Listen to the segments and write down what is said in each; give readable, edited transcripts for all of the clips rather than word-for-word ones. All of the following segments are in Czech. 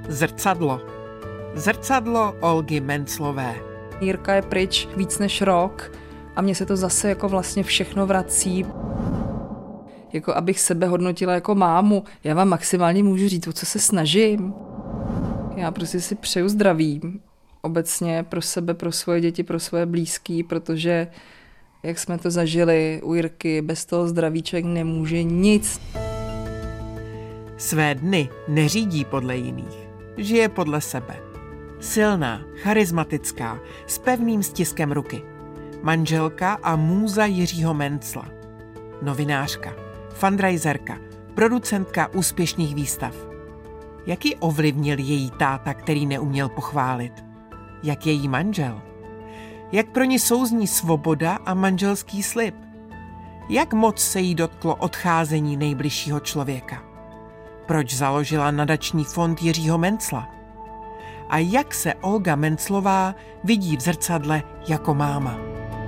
Zrcadlo. Zrcadlo Olgy Menclové. Jirka je pryč víc než rok a mně se to zase jako vlastně všechno vrací. Jako abych sebe hodnotila jako mámu, já vám maximálně můžu říct, o co se snažím. Já prostě si přeju zdraví. Obecně pro sebe, pro svoje děti, pro svoje blízký, protože jak jsme to zažili u Jirky, bez toho zdraví člověk nemůže nic. Své dny neřídí podle jiných, žije podle sebe. Silná, charismatická, s pevným stiskem ruky. Manželka a můza Jiřího Mencla. Novinářka, fundraiserka, producentka úspěšných výstav. Jak ji ovlivnil její táta, který neuměl pochválit? Jak její manžel? Jak pro ní souzní svoboda a manželský slib? Jak moc se jí dotklo odcházení nejbližšího člověka? Proč založila nadační fond Jiřího Mencla? A jak se Olga Menclová vidí v zrcadle jako máma?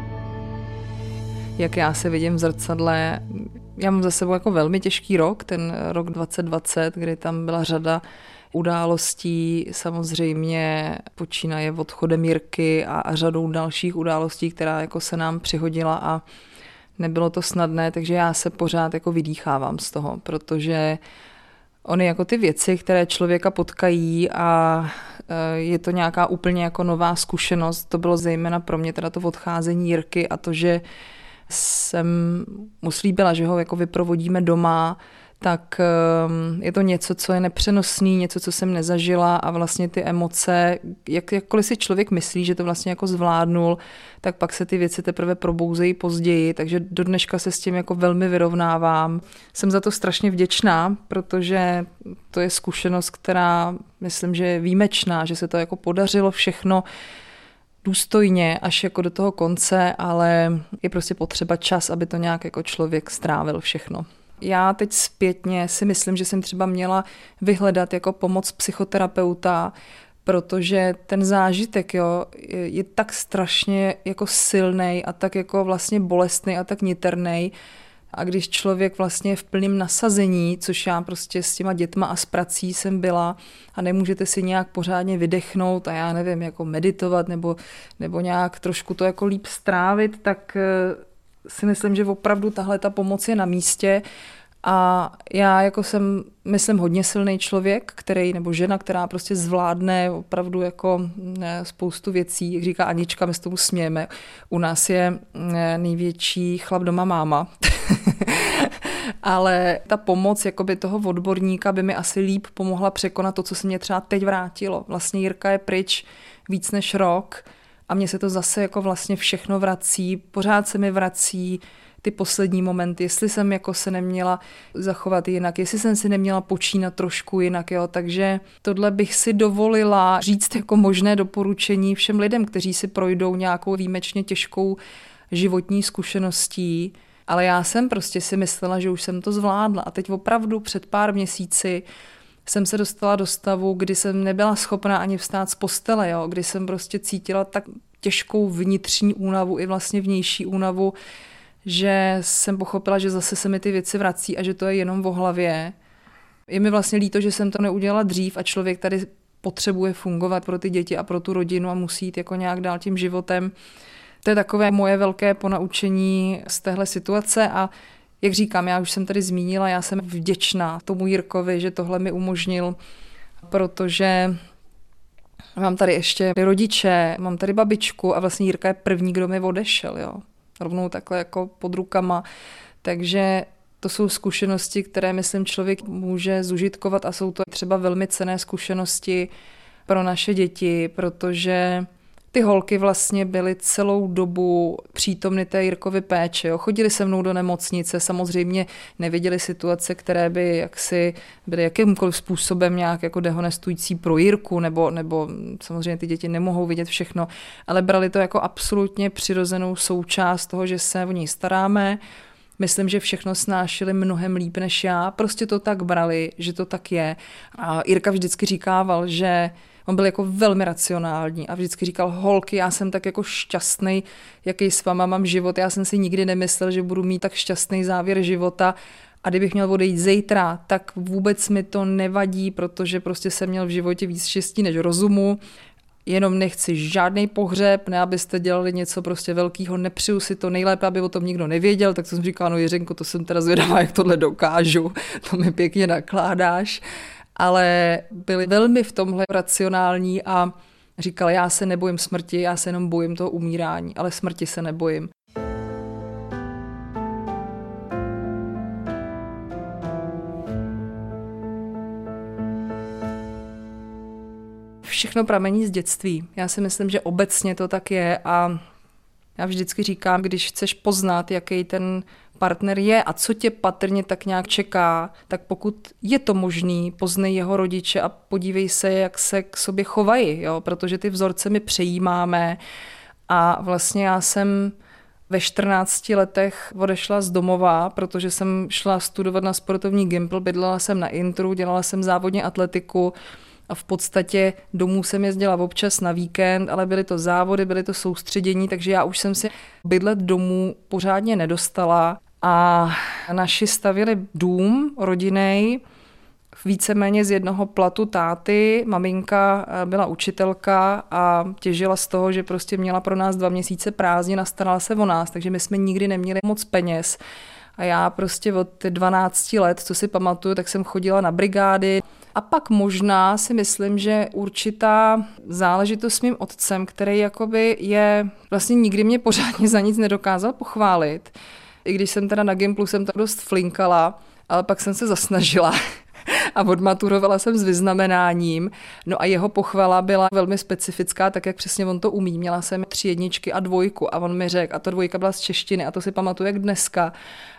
Jak já se vidím v zrcadle, já mám za sebou jako velmi těžký rok, ten rok 2020, kdy tam byla řada událostí, samozřejmě počínaje odchodem Jirky a řadou dalších událostí, která jako se nám přihodila a nebylo to snadné, takže já se pořád jako vydýchávám z toho, protože ony jako ty věci, které člověka potkají a je to nějaká úplně jako nová zkušenost, to bylo zejména pro mě teda to odcházení Jirky a to, že jsem mu slíbila, že ho jako vyprovodíme doma, tak je to něco, co je nepřenosný, něco, co jsem nezažila a vlastně ty emoce, jakkoliv si člověk myslí, že to vlastně jako zvládnul, tak pak se ty věci teprve probouzejí později, takže do dneška se s tím jako velmi vyrovnávám. Jsem za to strašně vděčná, protože to je zkušenost, která myslím, že je výjimečná, že se to jako podařilo všechno důstojně až jako do toho konce, ale je prostě potřeba čas, aby to nějak jako člověk strávil všechno. Já teď zpětně si myslím, že jsem třeba měla vyhledat jako pomoc psychoterapeuta, protože ten zážitek je tak strašně jako silnej a tak jako vlastně bolestný a tak niternej. A když člověk vlastně je v plném nasazení, což já prostě s těma dětma a s prací jsem byla a nemůžete si nějak pořádně vydechnout a já nevím, jako meditovat nebo nějak trošku to jako líp strávit, tak si myslím, že opravdu tahle ta pomoc je na místě a já jako jsem, myslím, hodně silný člověk, nebo žena, která prostě zvládne opravdu jako spoustu věcí, jak říká Anička, my s tomu smějeme. U nás je největší chlap doma máma. Ale ta pomoc jakoby toho odborníka by mi asi líp pomohla překonat to, co se mě třeba teď vrátilo. Vlastně Jirka je pryč víc než rok a mně se to zase jako vlastně všechno vrací, pořád se mi vrací ty poslední momenty, jestli jsem jako se neměla zachovat jinak, jestli jsem si neměla počínat trošku jinak, takže tohle bych si dovolila říct jako možné doporučení všem lidem, kteří si projdou nějakou výjimečně těžkou životní zkušeností, ale já jsem prostě si myslela, že už jsem to zvládla a teď opravdu před pár měsíci jsem se dostala do stavu, kdy jsem nebyla schopná ani vstát z postele, kdy jsem prostě cítila tak těžkou vnitřní únavu i vlastně vnější únavu, že jsem pochopila, že zase se mi ty věci vrací a že to je jenom o hlavě. Je mi vlastně líto, že jsem to neudělala dřív a člověk tady potřebuje fungovat pro ty děti a pro tu rodinu a musí jít jako nějak dál tím životem. To je takové moje velké ponaučení z téhle situace a jak říkám, já už jsem tady zmínila, já jsem vděčná tomu Jirkovi, že tohle mi umožnil, protože mám tady ještě rodiče, mám tady babičku a vlastně Jirka je první, kdo mi odešel, rovnou takhle jako pod rukama, takže to jsou zkušenosti, které myslím člověk může zužitkovat a jsou to třeba velmi cenné zkušenosti pro naše děti, protože ty holky vlastně byly celou dobu přítomny té Jirkovy péče. Chodili se mnou do nemocnice, samozřejmě neviděli situace, které by jaksi byly jakýmkoliv způsobem nějak jako dehonestující pro Jirku, nebo samozřejmě ty děti nemohou vidět všechno, ale brali to jako absolutně přirozenou součást toho, že se o ní staráme. Myslím, že všechno snášeli mnohem líp než já, prostě to tak brali, že to tak je. A Jirka vždycky říkával, že on byl jako velmi racionální a vždycky říkal, holky, já jsem tak jako šťastný, jaký s váma mám život. Já jsem si nikdy nemyslel, že budu mít tak šťastný závěr života A kdybych měl odejít zítra, tak vůbec mi to nevadí, protože prostě jsem měl v životě víc štěstí než rozumu. Jenom nechci žádný pohřeb, ne abyste dělali něco prostě velkého, nepřiju si to, nejlépe, aby o tom nikdo nevěděl, tak jsem říkala, no Jiřenko, to jsem teda zvědavá, jak tohle dokážu, to mi pěkně nakládáš. Ale byli velmi v tomhle racionální a říkal, já se nebojím smrti, já se jenom bojím toho umírání, ale smrti se nebojím. Všechno pramení z dětství. Já si myslím, že obecně to tak je a já vždycky říkám, když chceš poznat, jaký ten partner je a co tě patrně tak nějak čeká, tak pokud je to možný, poznej jeho rodiče a podívej se, jak se k sobě chovají, jo? Protože ty vzorce my přejímáme a vlastně já jsem ve 14 letech odešla z domova, protože jsem šla studovat na sportovní gympl, bydlela jsem na intru, dělala jsem závodně atletiku a v podstatě domů jsem jezdila občas na víkend, ale byly to závody, byly to soustředění, takže já už jsem si bydlet domů pořádně nedostala a naši stavili dům rodinnej, víceméně z jednoho platu táty. Maminka byla učitelka a těžila z toho, že prostě měla pro nás 2 měsíce prázdnin a starala se o nás, takže my jsme nikdy neměli moc peněz. A já prostě od 12 let, co si pamatuju, tak jsem chodila na brigády. A pak možná si myslím, že určitá záležitost s mým otcem, který jakoby je, vlastně nikdy mě pořádně za nic nedokázal pochválit. I když jsem teda na Gimplu jsem tak dost flinkala, ale pak jsem se zasnažila a odmaturovala jsem s vyznamenáním. No a jeho pochvala byla velmi specifická, tak jak přesně on to umí. Měla jsem 3 jedničky a 2 a on mi řekl, a ta 2 byla z češtiny a to si pamatuju jak dneska.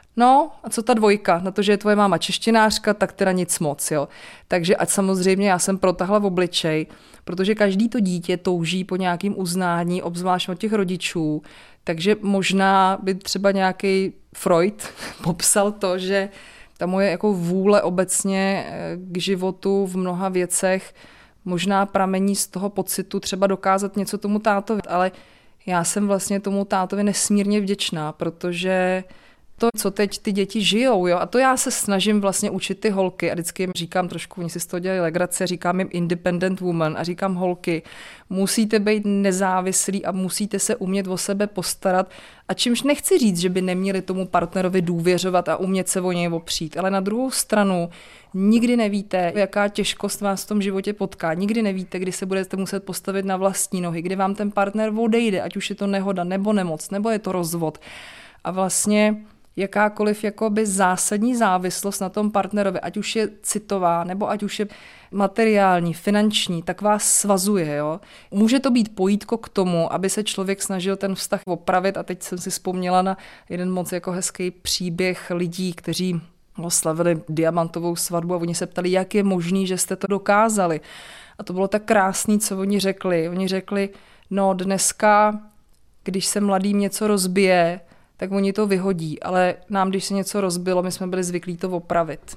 No a co ta 2? Na to, že je tvoje máma češtinářka, tak teda nic moc, jo. Takže ať samozřejmě já jsem protahla v obličej, protože každý to dítě touží po nějakým uznání, obzvlášť od těch rodičů, takže možná by třeba nějaký Freud popsal to, že ta moje jako vůle obecně k životu v mnoha věcech možná pramení z toho pocitu třeba dokázat něco tomu tátovi, ale já jsem vlastně tomu tátovi nesmírně vděčná, protože to, co teď ty děti žijou, jo, a to já se snažím vlastně učit ty holky a vždycky jim říkám trošku, oni si z toho dělají legraci, říkám jim independent woman a říkám holky, musíte být nezávislí a musíte se umět o sebe postarat a čímž nechci říct, že by neměli tomu partnerovi důvěřovat a umět se o něj opřít, ale na druhou stranu nikdy nevíte, jaká těžkost vás v tom životě potká, nikdy nevíte, kdy se budete muset postavit na vlastní nohy, kdy vám ten partner odejde, ať už je to nehoda nebo nemoc, nebo je to rozvod. A vlastně jakákoliv jakoby zásadní závislost na tom partnerovi, ať už je citová, nebo ať už je materiální, finanční, tak vás svazuje. Jo? Může to být pojítko k tomu, aby se člověk snažil ten vztah opravit a teď jsem si vzpomněla na jeden moc jako hezký příběh lidí, kteří slavili diamantovou svatbu a oni se ptali, jak je možný, že jste to dokázali. A to bylo tak krásný, co oni řekli. Oni řekli, no dneska, když se mladým něco rozbije, tak oni to vyhodí, ale nám, když se něco rozbilo, my jsme byli zvyklí to opravit.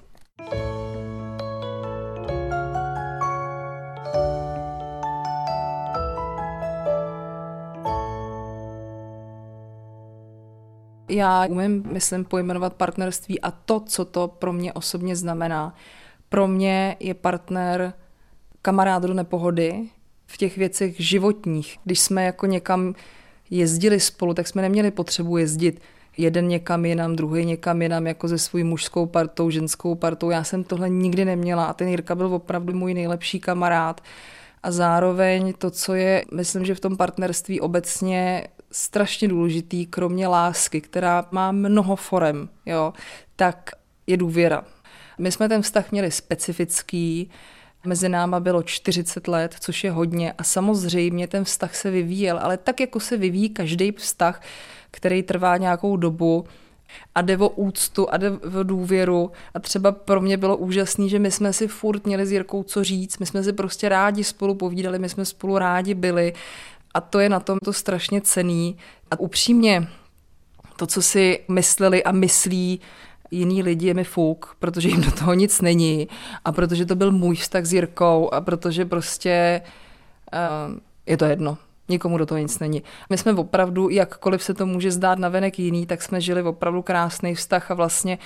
Já umím, myslím, pojmenovat partnerství a to, co to pro mě osobně znamená. Pro mě je partner kamarád do nepohody v těch věcech životních. Když jsme jako někam jezdili spolu, tak jsme neměli potřebu jezdit jeden někam jinam, druhý někam jinam, jako se svou mužskou partou, ženskou partou. Já jsem tohle nikdy neměla a ten Jirka byl opravdu můj nejlepší kamarád. A zároveň to, co je, myslím, že v tom partnerství obecně strašně důležitý, kromě lásky, která má mnoho forem, jo, tak je důvěra. My jsme ten vztah měli specifický, mezi náma bylo 40 let, což je hodně a samozřejmě ten vztah se vyvíjel, ale tak, jako se vyvíjí každý vztah, který trvá nějakou dobu a jde o úctu a jde o důvěru a třeba pro mě bylo úžasný, že my jsme si furt měli s Jirkou co říct, my jsme si prostě rádi spolu povídali, my jsme spolu rádi byli a to je na tom to strašně cenný a upřímně to, co si mysleli a myslí jiný lidi, je mi fuk, protože jim do toho nic není a protože to byl můj vztah s Jirkou a protože prostě je to jedno. Nikomu do toho nic není. My jsme opravdu, jakkoliv se to může zdát navenek jiný, tak jsme žili opravdu krásný vztah a vlastně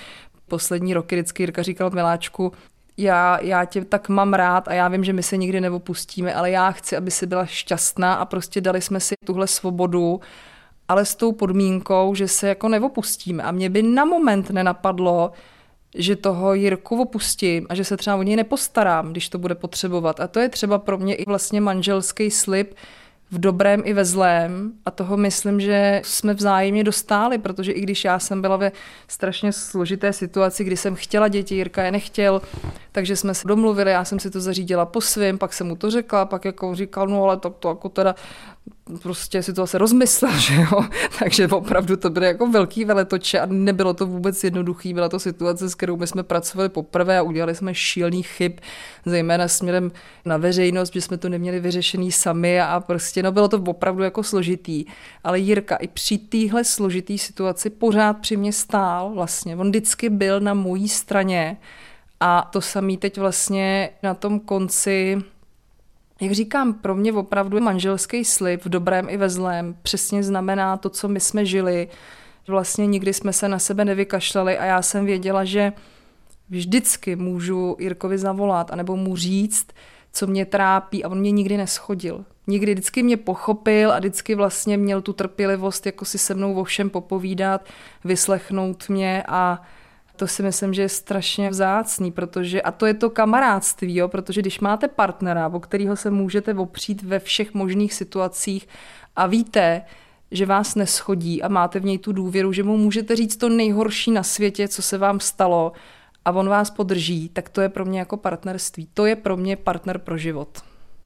Poslední roky vždycky Jirka říkal: Miláčku, já tě tak mám rád a já vím, že my se nikdy neopustíme, ale já chci, aby si byla šťastná, a prostě dali jsme si tuhle svobodu, ale s tou podmínkou, že se jako neopustíme. A mě by na moment nenapadlo, že toho Jirku opustím a že se třeba o něj nepostarám, když to bude potřebovat. A to je třeba pro mě i vlastně manželský slib v dobrém i ve zlém, a toho myslím, že jsme vzájemně dostáli, protože i když já jsem byla ve strašně složité situaci, kdy jsem chtěla děti, Jirka je nechtěl, takže jsme se domluvili, já jsem si to zařídila po svém, pak jsem mu to řekla, pak jako říkal, no ale to jako teda prostě si to zase rozmyslel, že jo, takže opravdu to byly jako velký veletoče a nebylo to vůbec jednoduchý, byla to situace, s kterou my jsme pracovali poprvé a udělali jsme šílený chyb, zejména směrem na veřejnost, že jsme to neměli vyřešený sami a prostě no bylo to opravdu jako složitý, ale Jirka i při téhle složitý situaci pořád při mě stál vlastně, on vždycky byl na mojí straně a to samý teď vlastně na tom konci. Jak říkám, pro mě opravdu manželský slib v dobrém i ve zlém přesně znamená to, co my jsme žili. Vlastně nikdy jsme se na sebe nevykašlali a já jsem věděla, že vždycky můžu Jirkovi zavolat anebo mu říct, co mě trápí, a on mě nikdy neschodil. Nikdy vždycky mě pochopil a vždycky vlastně měl tu trpělivost jako si se mnou o všem popovídat, vyslechnout mě, a to si myslím, že je strašně vzácný, protože, a to je to kamarádství, jo, protože když máte partnera, o kterého se můžete opřít ve všech možných situacích a víte, že vás neschodí a máte v něj tu důvěru, že mu můžete říct to nejhorší na světě, co se vám stalo, a on vás podrží, tak to je pro mě jako partnerství. To je pro mě partner pro život.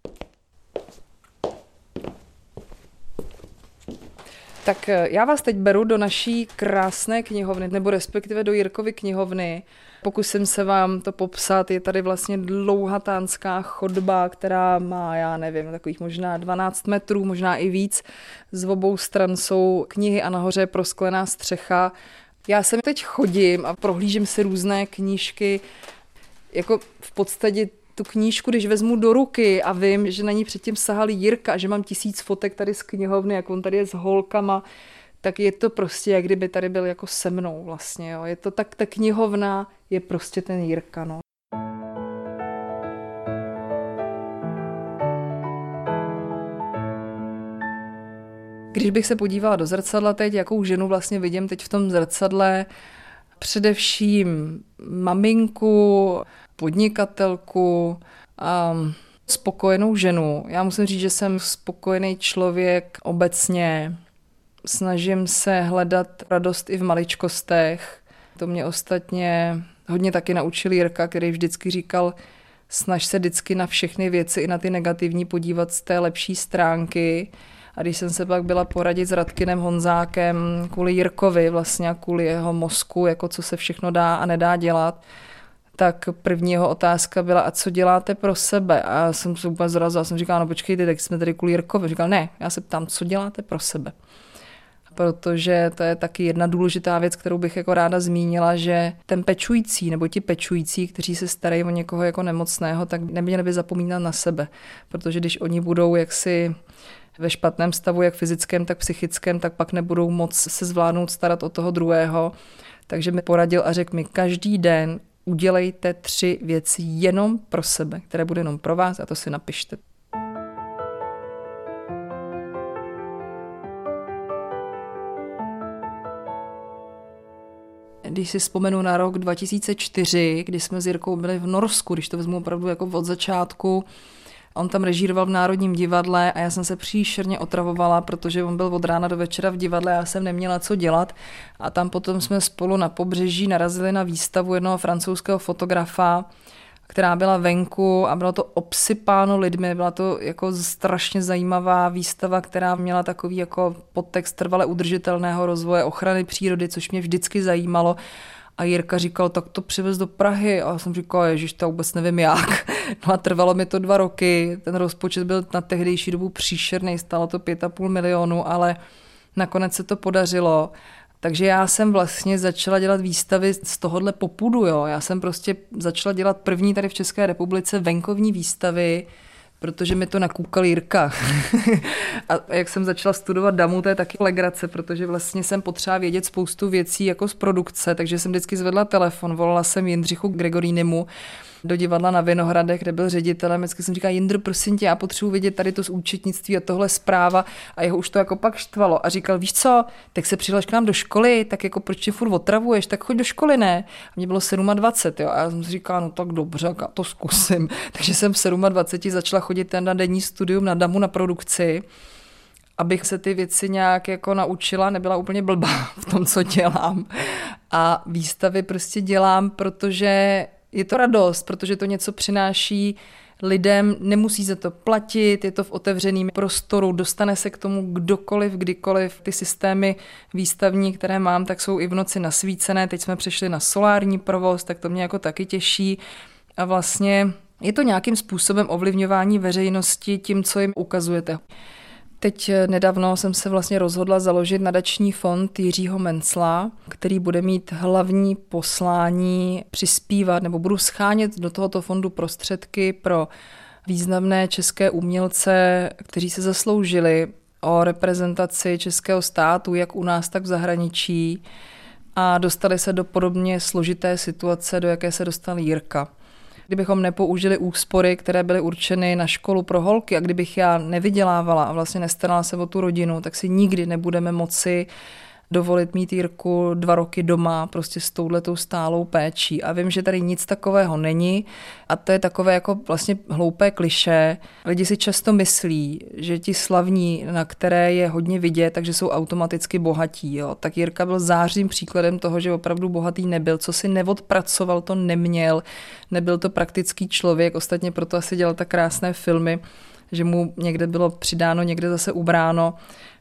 Tak já vás teď beru do naší krásné knihovny, nebo respektive do Jirkovy knihovny. Pokusím se vám to popsat. Je tady vlastně dlouhatánská chodba, která má, já nevím, takových možná 12 metrů, možná i víc. Z obou stran jsou knihy a nahoře je prosklená střecha. Já sem teď chodím a prohlížím si různé knížky. Jako v podstatě tu knížku, když vezmu do ruky a vím, že na ní předtím sahal Jirka, že mám 1000 fotek tady z knihovny, jak on tady je s holkama, tak je to prostě, jak kdyby tady byl jako se mnou vlastně. Jo. Je to tak, ta knihovna je prostě ten Jirka. No. Když bych se podívala do zrcadla teď, jakou ženu vlastně vidím teď v tom zrcadle, především maminku, podnikatelku a spokojenou ženu. Já musím říct, že jsem spokojený člověk obecně. Snažím se hledat radost i v maličkostech. To mě ostatně hodně taky naučil Jirka, který vždycky říkal, snaž se vždycky na všechny věci i na ty negativní podívat z té lepší stránky. A když jsem se pak byla poradit s Radkinem Honzákem kvůli Jirkovi vlastně a kvůli jeho mozku, jako co se všechno dá a nedá dělat, tak první jeho otázka byla, a co děláte pro sebe? A já jsem se úplně zrazila, jsem říkala, no počkejte, tak jsme tady kvůli Jirkovi. Říkal, ne, já se ptám, co děláte pro sebe? Protože to je taky jedna důležitá věc, kterou bych jako ráda zmínila, že ten pečující nebo ti pečující, kteří se starají o někoho jako nemocného, tak neměli by zapomínat na sebe, protože když oni budou jaksi ve špatném stavu, jak fyzickém, tak psychickém, tak pak nebudou moc se zvládnout starat o toho druhého. Takže mi poradil a řekl mi, každý den udělejte 3 věci jenom pro sebe, které bude jenom pro vás, a to si napište. Když si vzpomenu na rok 2004, kdy jsme s Jirkou byli v Norsku, když to vezmu opravdu jako od začátku, on tam režíroval v Národním divadle a já jsem se příšerně otravovala, protože on byl od rána do večera v divadle a já jsem neměla co dělat. A tam potom jsme spolu na pobřeží narazili na výstavu jednoho francouzského fotografa, která byla venku a bylo to obsypáno lidmi. Byla to jako strašně zajímavá výstava, která měla takový jako podtext trvale udržitelného rozvoje, ochrany přírody, což mě vždycky zajímalo. A Jirka říkal, tak to přivez do Prahy. A já jsem říkala, ježiš, to vůbec nevím jak. No a trvalo mi to 2 roky. Ten rozpočet byl na tehdejší dobu příšerný, stálo to 5,5 milionu, ale nakonec se to podařilo. Takže já jsem vlastně začala dělat výstavy z tohohle popudu. Jo. Já jsem prostě začala dělat první tady v České republice venkovní výstavy protože mi to nakůkal Jirka. A jak jsem začala studovat DAMu, to je taky legrace, protože vlastně jsem potřeba vědět spoustu věcí jako z produkce, takže jsem vždycky zvedla telefon, volala jsem Jindřichu Gregorínimu do divadla na Vinohradech, kde byl ředitelem. Vždycky jsem říkala: Jindro, prosím tě, já potřebuji vědět tady to z účetnictví a tohle zpráva, a jeho už to jako pak štvalo a říkal: víš co, tak se přihlaš k nám do školy, tak jako proč tě furt otravuješ, tak choď do školy, ne? A mě bylo 27, jo, a já jsem si říkala: no tak dobře, já to zkusím. Takže jsem v 27 začala chodit na denní studium na DAMu na produkci, abych se ty věci nějak jako naučila, nebyla úplně blbá v tom, co dělám. A výstavy prostě dělám, protože je to radost, protože to něco přináší lidem, nemusí za to platit, je to v otevřeném prostoru, dostane se k tomu kdokoliv, kdykoliv. Ty systémy výstavní, které mám, tak jsou i v noci nasvícené. Teď jsme přešli na solární provoz, tak to mě jako taky těší. A vlastně je to nějakým způsobem ovlivňování veřejnosti tím, co jim ukazujete. Teď nedávno jsem se vlastně rozhodla založit nadační fond Jiřího Mencla, který bude mít hlavní poslání přispívat, nebo budu schánět do tohoto fondu prostředky pro významné české umělce, kteří se zasloužili o reprezentaci českého státu, jak u nás, tak v zahraničí, a dostali se do podobně složité situace, do jaké se dostal Jirka. Kdybychom nepoužili úspory, které byly určeny na školu pro holky, a kdybych já nevydělávala a vlastně nestarala se o tu rodinu, tak si nikdy nebudeme moci dovolit mít Jirku 2 roky doma prostě s touhletou stálou péčí. A vím, že tady nic takového není a to je takové jako vlastně hloupé klišé. Lidi si často myslí, že ti slavní, na které je hodně vidět, takže jsou automaticky bohatí. Jo. Tak Jirka byl zářným příkladem toho, že opravdu bohatý nebyl. Co si neodpracoval, to neměl. Nebyl to praktický člověk, ostatně proto asi dělal tak krásné filmy, že mu někde bylo přidáno, někde zase ubráno.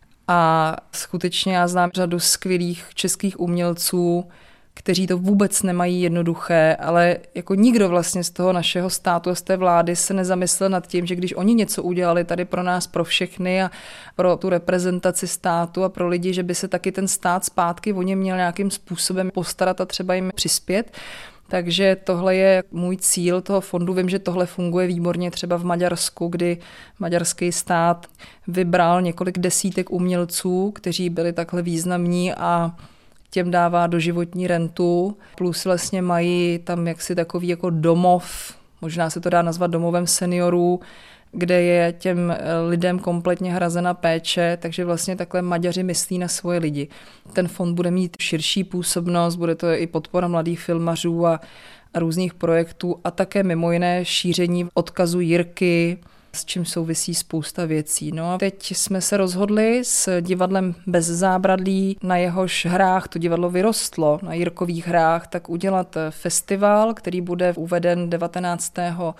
A skutečně já znám řadu skvělých českých umělců, kteří to vůbec nemají jednoduché, ale jako nikdo vlastně z toho našeho státu a z té vlády se nezamyslel nad tím, že když oni něco udělali tady pro nás, pro všechny a pro tu reprezentaci státu a pro lidi, že by se taky ten stát zpátky o ně měl nějakým způsobem postarat a třeba jim přispět. Takže tohle je můj cíl toho fondu. Vím, že tohle funguje výborně třeba v Maďarsku, kdy maďarský stát vybral několik desítek umělců, kteří byli takhle významní a těm dává doživotní rentu. Plus vlastně mají tam jaksi takový jako domov, možná se to dá nazvat domovem seniorů, kde je těm lidem kompletně hrazena péče, takže vlastně takhle Maďaři myslí na svoje lidi. Ten fond bude mít širší působnost, bude to i podpora mladých filmařů a různých projektů a také mimo jiné šíření odkazu Jirky, s čím souvisí spousta věcí. No a teď jsme se rozhodli s divadlem Bez zábradlí, na jehož hrách to divadlo vyrostlo, na Jirkových hrách, tak udělat festival, který bude uveden 19.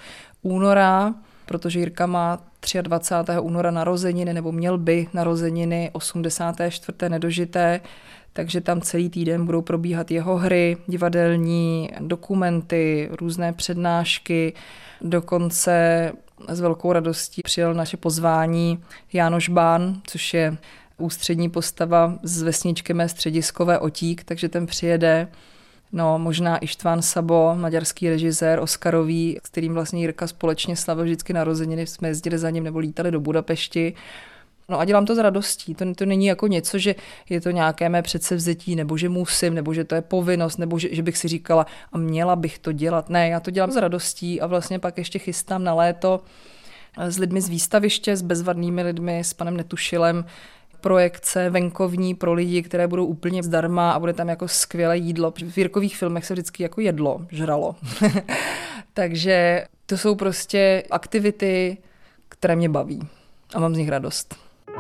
února, protože Jirka má 23. února narozeniny, nebo měl by narozeniny 84. nedožité, takže tam celý týden budou probíhat jeho hry, divadelní, dokumenty, různé přednášky. Dokonce s velkou radostí přijel naše pozvání Jánoš Bán, což je ústřední postava z vesničky Mé střediskové Otík, takže ten přijede. No, možná Ištván Sabo, maďarský režisér Oscarový, s kterým vlastně Jirka společně slavil vždycky narozeniny, jsme jezdili za ním nebo lítali do Budapešti. No a dělám to s radostí. To není jako něco, že je to nějaké mé předsevzetí, nebo že musím, nebo že to je povinnost, nebo že bych si říkala a měla bych to dělat. Ne, já to dělám s radostí a vlastně pak ještě chystám na léto s lidmi z výstaviště, s bezvadnými lidmi, s panem Netušilem, projekce venkovní pro lidi, které budou úplně zdarma a bude tam jako skvělé jídlo. V Jirkových filmech se vždycky jako jedlo, žralo. Takže to jsou prostě aktivity, které mě baví a mám z nich radost.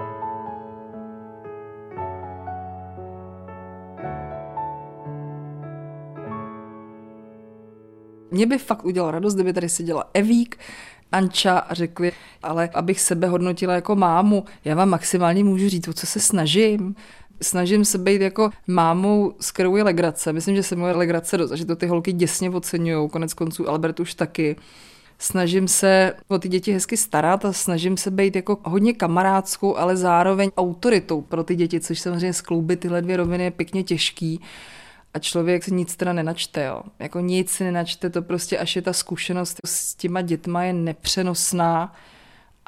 Mě by fakt udělala radost, kdyby tady seděla Evík, Anča a řekli, ale abych sebe hodnotila jako mámu, já vám maximálně můžu říct, o co se snažím. Snažím se být jako mámou, s kterou je legrace. Myslím, že se moje legrace dost, a že to ty holky děsně oceňujou, konec konců Albert už taky. Snažím se o ty děti hezky starat a snažím se být jako hodně kamarádskou, ale zároveň autoritou pro ty děti, což samozřejmě skloubit tyhle 2 roviny je pěkně těžký. A člověk si nic teda nenačte, jo. Jako nic si nenačte, to prostě až je ta zkušenost s těma dětma je nepřenosná.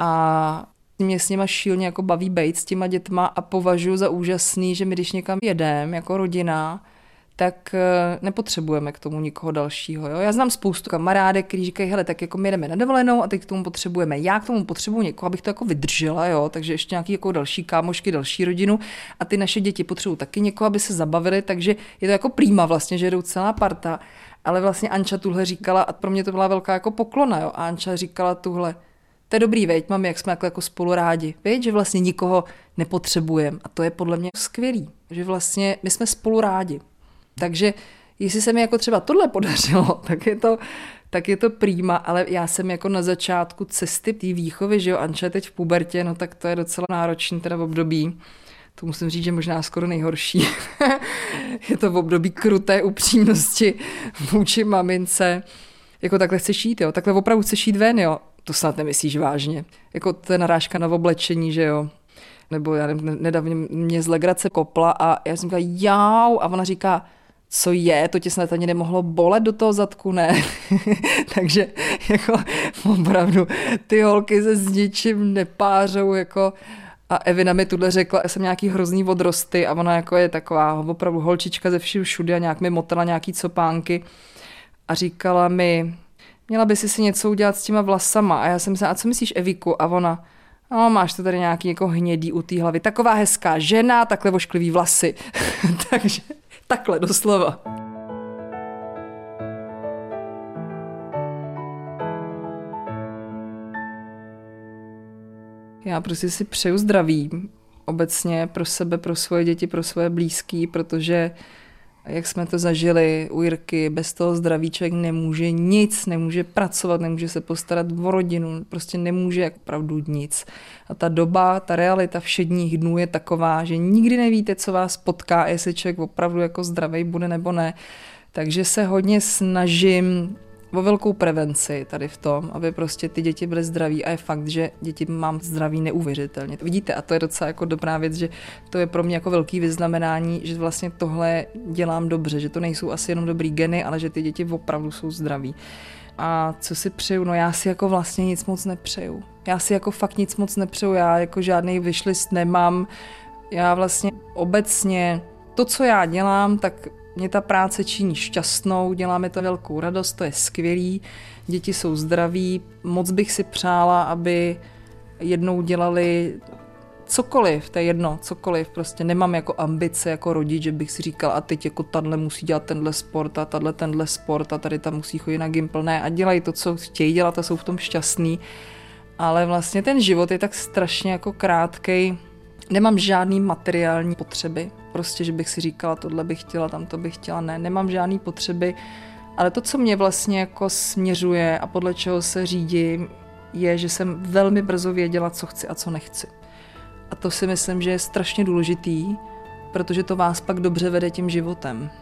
A mě s nima šíleně jako baví bejt s těma dětma a považuji za úžasný, že my když někam jedeme jako rodina, tak nepotřebujeme k tomu nikoho dalšího. Jo? Já znám spoustu kamarádek, kteří říkají, hele, tak jako my jdeme na dovolenou a teď k tomu potřebujeme. Já k tomu potřebuji někoho, abych to jako vydržela, jo? Takže ještě nějaký jako další kámošky, další rodinu a ty naše děti potřebují taky někoho, aby se zabavili, takže je to jako prýma vlastně, že jdou celá parta. Ale vlastně Anča tuhle říkala a pro mě to byla velká jako poklona, jo? A Anča říkala tuhle, to je dobrý, veď, mami, jak jsme jako spolu rádi, veď, že vlastně nikoho nepotřebujeme a to je podle mě skvělý, že vlastně my jsme spolu rádi. Takže jestli se mi jako třeba tohle podařilo, tak je to prýma, ale já jsem jako na začátku cesty té výchovy, že jo, Anča je teď v pubertě, no tak to je docela náročný teda v období. To musím říct, že možná skoro nejhorší. Je to v období kruté upřímnosti vůči mamince. Jako takhle chceš jít, jo, takhle opravdu chceš jít ven, jo. To snad nemyslíš vážně. Jako to je narážka na oblečení, že jo. Nebo já nedávně mě z legrace kopla a já jsem říkala, jau, a ona říká, co je, to tě snad ani nemohlo bolet do toho zadku, ne? Takže jako opravdu ty holky se s ničím nepářou, jako a Evina mi tuhle řekla, já jsem nějaký hrozný odrosty a ona jako je taková opravdu holčička ze vším všude a nějak mi motala nějaký copánky a říkala mi, měla by si něco udělat s těma vlasama a já jsem se, a co myslíš, Eviku? A ona, no, máš to tady nějaký jako hnědý u té hlavy, taková hezká žena, takhle ošklivý vlasy. Takže takhle doslova. Já prostě si přeju zdraví obecně pro sebe, pro svoje děti, pro svoje blízký, protože jak jsme to zažili u Jirky, bez toho zdraví člověk nemůže nic, nemůže pracovat, nemůže se postarat o rodinu, prostě nemůže jak opravdu nic. A ta doba, ta realita všedních dnů je taková, že nikdy nevíte, co vás potká, jestli člověk opravdu jako zdravý bude nebo ne. Takže se hodně snažím o velkou prevenci tady v tom, aby prostě ty děti byly zdraví a je fakt, že děti mám zdraví neuvěřitelně. Vidíte, a to je docela jako dobrá věc, že to je pro mě jako velký vyznamenání, že vlastně tohle dělám dobře, že to nejsou asi jenom dobrý geny, ale že ty děti opravdu jsou zdraví. A co si přeju? No já si jako vlastně nic moc nepřeju. Já si jako fakt nic moc nepřeju, já jako žádný wishlist nemám. Já vlastně obecně to, co já dělám, tak mě ta práce činí šťastnou, dělá mi to velkou radost, to je skvělý, děti jsou zdraví, moc bych si přála, aby jednou dělali cokoliv, to je jedno, cokoliv, prostě nemám jako ambice jako rodič, že bych si říkal a teď jako tahle musí dělat tenhle sport a tahle tenhle sport a tady tam musí chodit na gympl, ne, a dělají to, co chtějí dělat a jsou v tom šťastný, ale vlastně ten život je tak strašně jako krátkej, nemám žádný materiální potřeby, prostě, že bych si říkala, tohle bych chtěla, tamto bych chtěla, ne, nemám žádný potřeby, ale to, co mě vlastně jako směřuje a podle čeho se řídím, je, že jsem velmi brzo věděla, co chci a co nechci. A to si myslím, že je strašně důležitý, protože to vás pak dobře vede tím životem.